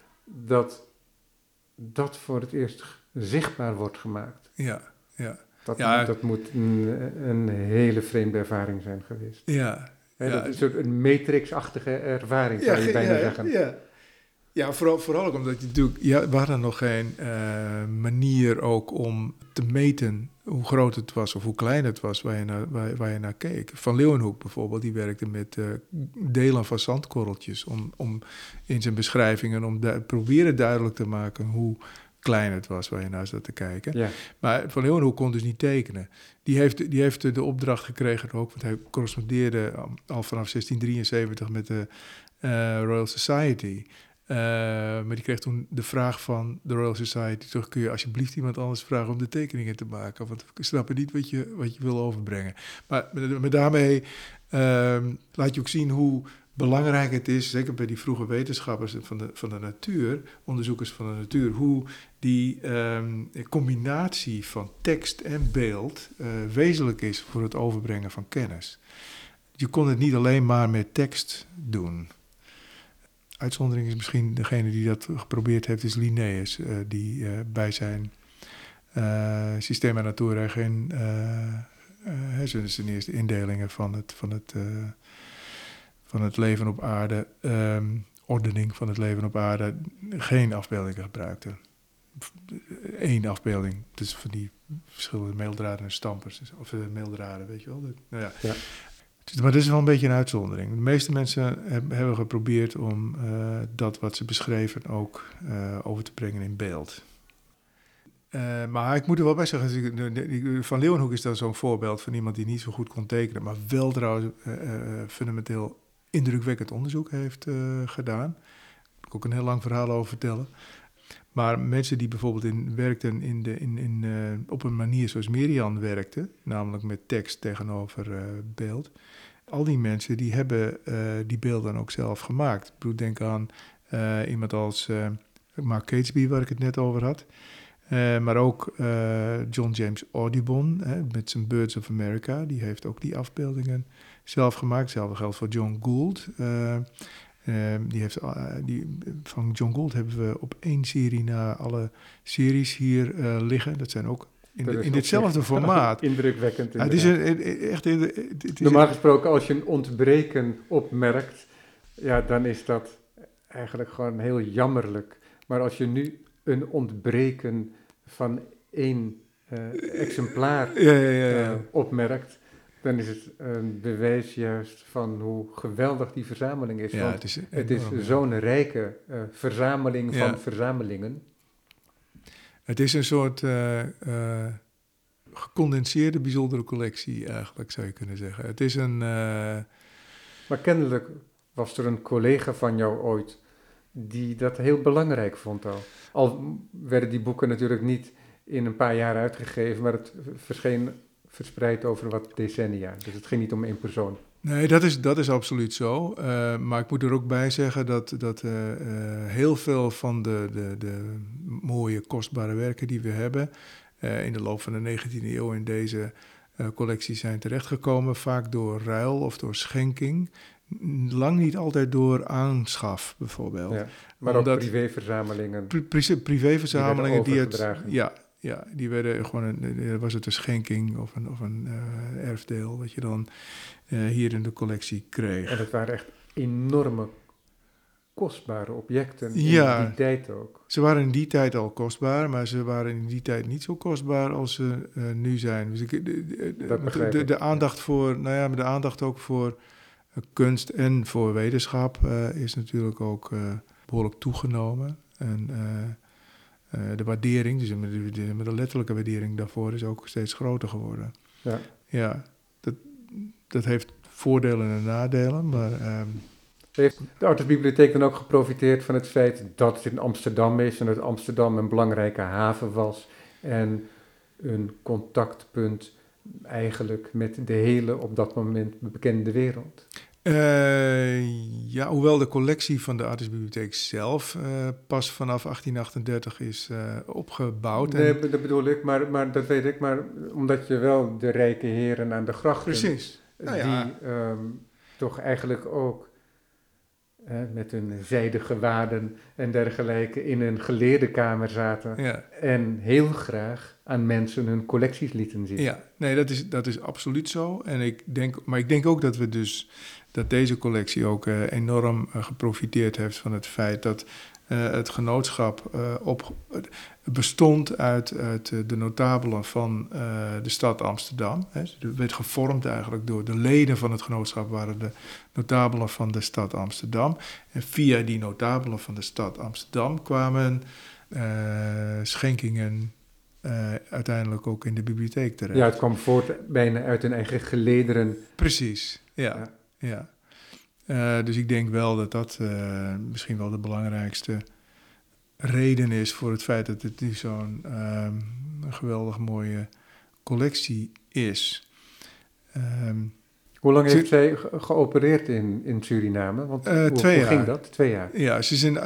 Dat voor het eerst zichtbaar wordt gemaakt. Ja. Dat moet een hele vreemde ervaring zijn geweest. Ja. Dat is een matrixachtige ervaring, zou je bijna zeggen. Ja, vooral ook omdat je natuurlijk... we hadden nog geen manier ook om te meten hoe groot het was of hoe klein het was waar je naar keek. Van Leeuwenhoek bijvoorbeeld, die werkte met delen van zandkorreltjes om in zijn beschrijvingen om proberen duidelijk te maken hoe klein het was waar je naar zat te kijken. Ja. Maar Van Leeuwenhoek kon dus niet tekenen. Die heeft de opdracht gekregen ook, want hij correspondeerde al vanaf 1673 met de Royal Society. Maar die kreeg toen de vraag van de Royal Society terug: kun je alsjeblieft iemand anders vragen om de tekeningen te maken? Want we snappen niet wat je wil overbrengen. Maar met daarmee laat je ook zien hoe belangrijk het is, zeker bij die vroege wetenschappers van de natuur, onderzoekers van de natuur, hoe die combinatie van tekst en beeld wezenlijk is voor het overbrengen van kennis. Je kon het niet alleen maar met tekst doen. Uitzondering is misschien degene die dat geprobeerd heeft, is Linnaeus, die bij zijn Systema Naturae geen zijn eerste indelingen van het leven op aarde, ordening van het leven op aarde, geen afbeeldingen gebruikte. 1 afbeelding, dus van die verschillende meeldraden en stampers, of meeldraden, weet je wel. Ja. Maar dat is wel een beetje een uitzondering. De meeste mensen hebben geprobeerd om dat wat ze beschreven ook over te brengen in beeld. Maar ik moet er wel bij zeggen, Van Leeuwenhoek is dan zo'n voorbeeld van iemand die niet zo goed kon tekenen, maar wel trouwens fundamenteel indrukwekkend onderzoek heeft gedaan. Daar kan ik ook een heel lang verhaal over vertellen. Maar mensen die bijvoorbeeld werkten op een manier zoals Merian werkte, namelijk met tekst tegenover beeld, al die mensen die hebben die beelden ook zelf gemaakt. Ik bedoel, denk aan iemand als Mark Catesby, waar ik het net over had. Maar ook John James Audubon met zijn Birds of America, die heeft ook die afbeeldingen zelf gemaakt. Hetzelfde geldt voor John Gould. Van John Gould hebben we op 1 serie na alle series hier liggen. Dat zijn ook in ditzelfde formaat. Indrukwekkend. Het is echt... Normaal gesproken, als je een ontbreken opmerkt, ja, dan is dat eigenlijk gewoon heel jammerlijk. Maar als je nu een ontbreken van 1 exemplaar opmerkt, dan is het een bewijs juist van hoe geweldig die verzameling is. Ja, het is zo'n rijke verzameling van verzamelingen. Het is een soort gecondenseerde bijzondere collectie eigenlijk, zou je kunnen zeggen. Het is een... Maar kennelijk was er een collega van jou ooit die dat heel belangrijk vond al. Al werden die boeken natuurlijk niet in een paar jaar uitgegeven, maar het verscheen verspreid over wat decennia. Dus het ging niet om 1 persoon. Nee, dat is absoluut zo. Maar ik moet er ook bij zeggen dat heel veel van de mooie, kostbare werken die we hebben in de loop van de 19e eeuw in deze collectie zijn terechtgekomen, vaak door ruil of door schenking. Lang niet altijd door aanschaf, bijvoorbeeld. Ja, maar ook privéverzamelingen. Privéverzamelingen die werden gewoon, was het een schenking of een erfdeel wat je dan hier in de collectie kreeg. En het waren echt enorme kostbare objecten in die tijd ook. Ze waren in die tijd al kostbaar, maar ze waren in die tijd niet zo kostbaar als ze nu zijn. Dus de aandacht voor, de aandacht ook voor kunst en voor wetenschap is natuurlijk ook behoorlijk toegenomen. En de waardering, dus met de letterlijke waardering daarvoor, is ook steeds groter geworden. Ja. Ja, dat heeft voordelen en nadelen, maar... Heeft de Artusbibliotheek dan ook geprofiteerd van het feit dat het in Amsterdam is en dat Amsterdam een belangrijke haven was en een contactpunt eigenlijk met de hele op dat moment bekende wereld? Ja, hoewel de collectie van de Artusbibliotheek zelf pas vanaf 1838 is opgebouwd. Nee, dat bedoel ik, maar dat weet ik, maar omdat je wel de rijke heren aan de grachten... Precies. Die toch eigenlijk ook met hun zijden gewaden en dergelijke in een geleerdenkamer zaten. Ja. En heel graag aan mensen hun collecties lieten zien. Ja, nee, dat is absoluut zo. En ik denk ook dat deze collectie ook enorm geprofiteerd heeft van het feit dat het genootschap bestond uit de notabelen van de stad Amsterdam. Het werd gevormd eigenlijk door de leden van het genootschap, waren de notabelen van de stad Amsterdam. En via die notabelen van de stad Amsterdam kwamen schenkingen uiteindelijk ook in de bibliotheek terecht. Ja, het kwam voort bijna uit hun eigen gelederen. Precies, ja. Dus ik denk wel dat misschien wel de belangrijkste reden is voor het feit dat het zo'n geweldig mooie collectie is. Hoe lang heeft zij geopereerd in Suriname? Want hoe ging dat? 2 jaar? Ja, ze is in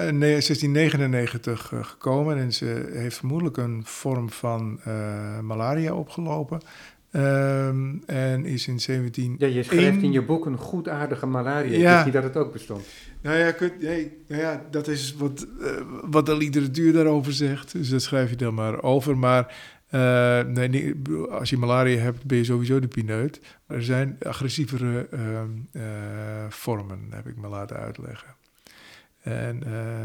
1699 gekomen en ze heeft vermoedelijk een vorm van malaria opgelopen. En is in 17... Ja, je schrijft in je boek een goedaardige malaria. Ja. Ik wist niet dat het ook bestond. Nou ja, dat is wat de literatuur daarover zegt. Dus dat schrijf je dan maar over. Maar als je malaria hebt, ben je sowieso de pineut. Maar er zijn agressievere vormen, heb ik me laten uitleggen. En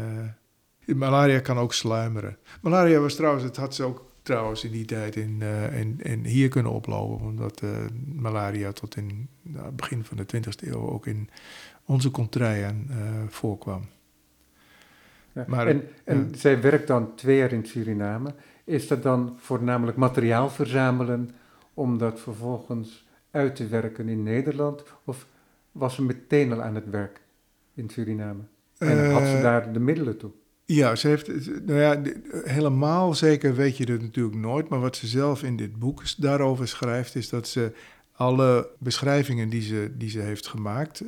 malaria kan ook sluimeren. Malaria was trouwens, het had ze ook trouwens in die tijd in hier kunnen oplopen, omdat malaria tot in het begin van de 20e eeuw ook in onze contraien voorkwam. Ja. Maar, en zij werkt dan 2 jaar in Suriname. Is dat dan voornamelijk materiaal verzamelen om dat vervolgens uit te werken in Nederland? Of was ze meteen al aan het werk in Suriname? En had ze daar de middelen toe? Ja, ze heeft, helemaal zeker weet je dat natuurlijk nooit. Maar wat ze zelf in dit boek daarover schrijft, is dat ze alle beschrijvingen die ze heeft gemaakt,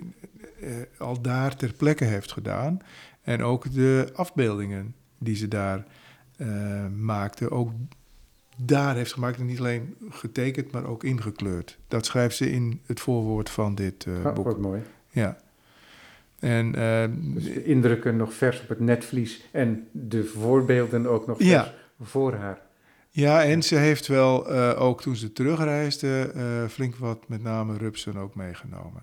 al daar ter plekke heeft gedaan. En ook de afbeeldingen die ze daar maakte, ook daar heeft gemaakt. En niet alleen getekend, maar ook ingekleurd. Dat schrijft ze in het voorwoord van dit boek. Wat mooi. Ja. En, dus de indrukken nog vers op het netvlies en de voorbeelden ook nog vers voor haar. Ja, en ze heeft wel ook toen ze terugreisde flink wat met name rupsen ook meegenomen.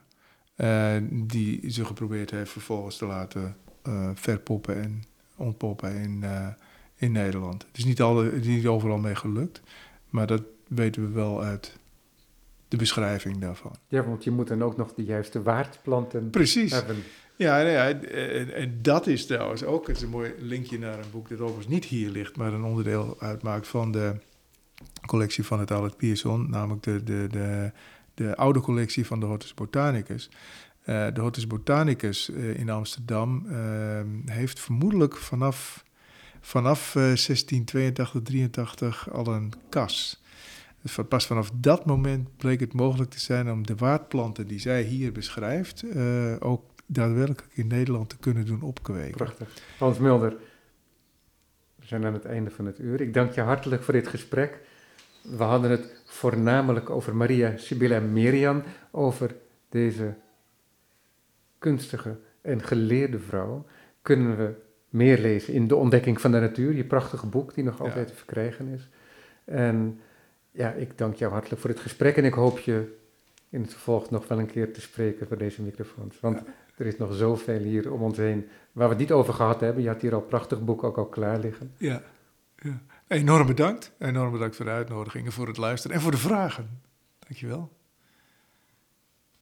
Die ze geprobeerd heeft vervolgens te laten verpoppen en ontpoppen in Nederland. Het is niet overal mee gelukt, maar dat weten we wel uit de beschrijving daarvan. Ja, want je moet dan ook nog de juiste waardplanten hebben. Ja, en dat is trouwens ook, het is een mooi linkje naar een boek dat overigens niet hier ligt, maar een onderdeel uitmaakt van de collectie van het Allard Pierson, namelijk de oude collectie van de Hortus Botanicus. De Hortus Botanicus in Amsterdam heeft vermoedelijk vanaf 1682, 83 al een kas. Dus pas vanaf dat moment bleek het mogelijk te zijn om de waardplanten die zij hier beschrijft ook daadwerkelijk in Nederland te kunnen doen opkweken. Prachtig. Hans Mulder, we zijn aan het einde van het uur. Ik dank je hartelijk voor dit gesprek. We hadden het voornamelijk over Maria Sibylla Merian, over deze kunstige en geleerde vrouw. Kunnen we meer lezen in De Ontdekking van de Natuur, je prachtige boek die nog altijd te verkrijgen is. En ja, ik dank jou hartelijk voor het gesprek en ik hoop je in het vervolg nog wel een keer te spreken voor deze microfoons. Want er is nog zoveel hier om ons heen waar we het niet over gehad hebben. Je had hier al een prachtig boek ook al klaar liggen. Ja. Enorm bedankt. Enorm bedankt voor de uitnodiging en voor het luisteren en voor de vragen. Dankjewel.